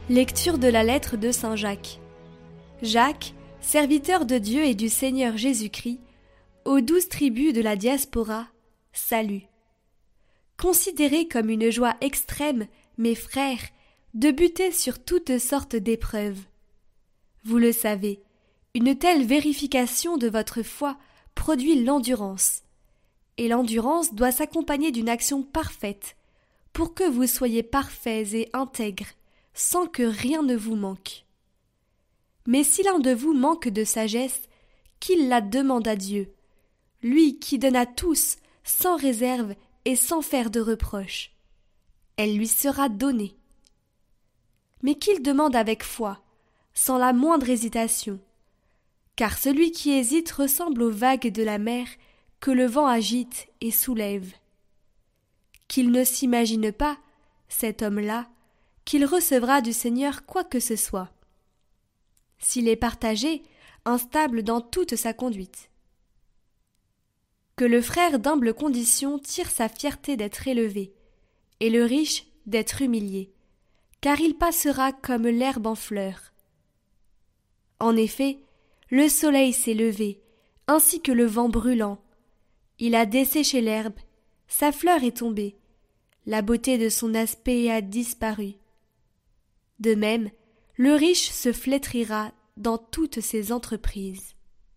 Lecture de la lettre de Saint Jacques. Jacques, serviteur de Dieu et du Seigneur Jésus-Christ, aux 12 tribus de la diaspora, salut. Considérez comme une joie extrême, mes frères, de buter sur toutes sortes d'épreuves. Vous le savez, une telle vérification de votre foi produit l'endurance, et l'endurance doit s'accompagner d'une action parfaite, pour que vous soyez parfaits et intègres, sans que rien ne vous manque. Mais si l'un de vous manque de sagesse, qu'il la demande à Dieu, lui qui donne à tous, sans réserve et sans faire de reproche. Elle lui sera donnée. Mais qu'il demande avec foi, sans la moindre hésitation, car celui qui hésite ressemble aux vagues de la mer que le vent agite et soulève. Qu'il ne s'imagine pas, cet homme-là, qu'il recevra du Seigneur quoi que ce soit. S'il est partagé, instable dans toute sa conduite. Que le frère d'humble condition tire sa fierté d'être élevé, et le riche d'être humilié, car il passera comme l'herbe en fleur. En effet, le soleil s'est levé, ainsi que le vent brûlant. Il a desséché l'herbe, sa fleur est tombée, la beauté de son aspect a disparu. De même, le riche se flétrira dans toutes ses entreprises.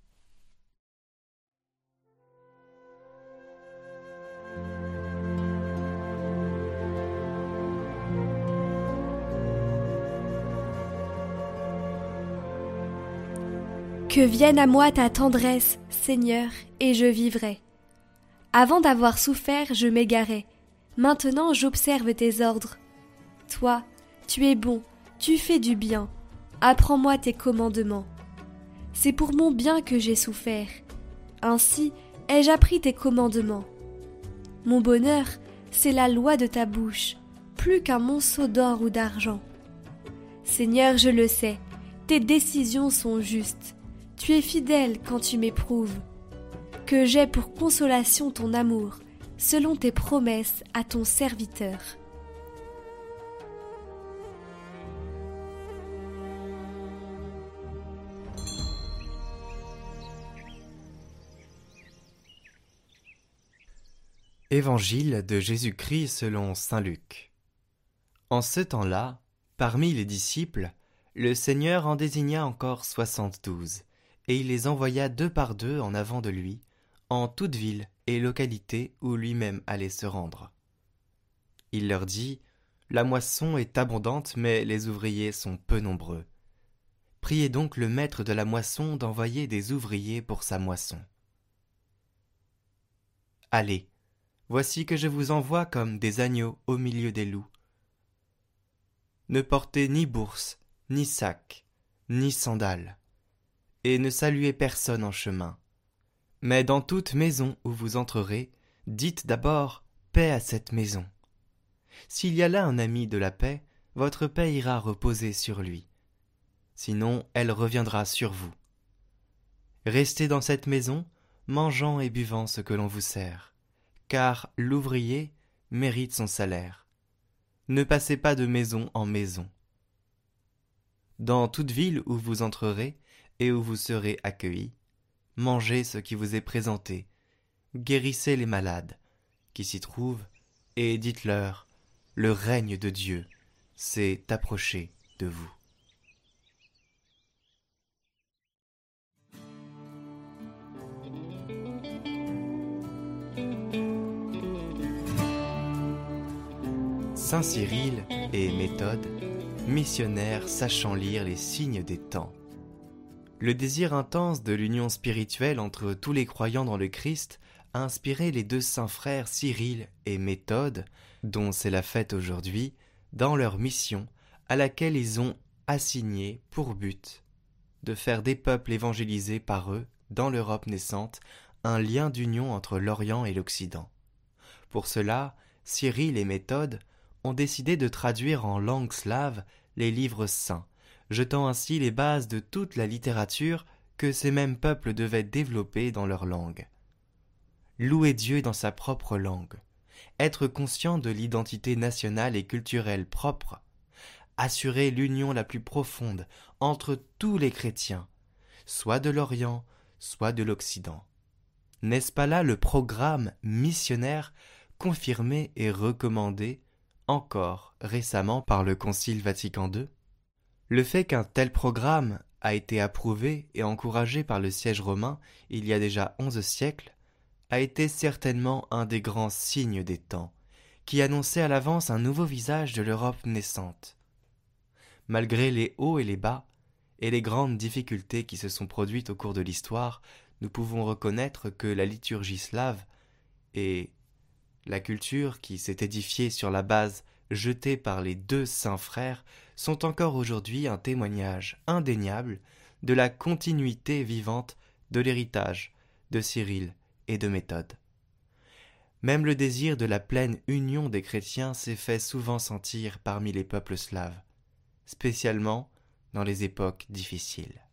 Que vienne à moi ta tendresse, Seigneur, et je vivrai. Avant d'avoir souffert, je m'égarais. Maintenant, j'observe tes ordres. Toi, tu es bon, tu fais du bien. Apprends-moi tes commandements. C'est pour mon bien que j'ai souffert. Ainsi ai-je appris tes commandements. Mon bonheur, c'est la loi de ta bouche, plus qu'un monceau d'or ou d'argent. Seigneur, je le sais, tes décisions sont justes. Tu es fidèle quand tu m'éprouves. Que j'ai pour consolation ton amour, selon tes promesses à ton serviteur. Évangile de Jésus-Christ selon saint Luc. En ce temps-là, parmi les disciples, le Seigneur en désigna encore 72, et il les envoya 2 par 2 en avant de lui, en toute ville et localité où lui-même allait se rendre. Il leur dit : La moisson est abondante, mais les ouvriers sont peu nombreux. Priez donc le maître de la moisson d'envoyer des ouvriers pour sa moisson. Allez, voici que je vous envoie comme des agneaux au milieu des loups. Ne portez ni bourse, ni sac, ni sandales, et ne saluez personne en chemin. Mais dans toute maison où vous entrerez, dites d'abord « Paix à cette maison ». S'il y a là un ami de la paix, votre paix ira reposer sur lui. Sinon, elle reviendra sur vous. Restez dans cette maison, mangeant et buvant ce que l'on vous sert, car l'ouvrier mérite son salaire. Ne passez pas de maison en maison. Dans toute ville où vous entrerez et où vous serez accueillis, mangez ce qui vous est présenté, guérissez les malades qui s'y trouvent, et dites-leur : le règne de Dieu s'est approché de vous. Saint Cyril et Méthode, missionnaires sachant lire les signes des temps. Le désir intense de l'union spirituelle entre tous les croyants dans le Christ a inspiré les 2 saints frères Cyril et Méthode, dont c'est la fête aujourd'hui, dans leur mission à laquelle ils ont assigné pour but de faire des peuples évangélisés par eux, dans l'Europe naissante, un lien d'union entre l'Orient et l'Occident. Pour cela, Cyril et Méthode ont décidé de traduire en langue slave les livres saints, jetant ainsi les bases de toute la littérature que ces mêmes peuples devaient développer dans leur langue. Louer Dieu dans sa propre langue, être conscient de l'identité nationale et culturelle propre, assurer l'union la plus profonde entre tous les chrétiens, soit de l'Orient, soit de l'Occident. N'est-ce pas là le programme missionnaire confirmé et recommandé encore récemment par le Concile Vatican II? Le fait qu'un tel programme a été approuvé et encouragé par le siège romain il y a déjà 11 siècles a été certainement un des grands signes des temps, qui annonçait à l'avance un nouveau visage de l'Europe naissante. Malgré les hauts et les bas, et les grandes difficultés qui se sont produites au cours de l'histoire, nous pouvons reconnaître que la liturgie slave et la culture qui s'est édifiée sur la base jetée par les deux saints frères sont encore aujourd'hui un témoignage indéniable de la continuité vivante de l'héritage de Cyril et de Méthode. Même le désir de la pleine union des chrétiens s'est fait souvent sentir parmi les peuples slaves, spécialement dans les époques difficiles.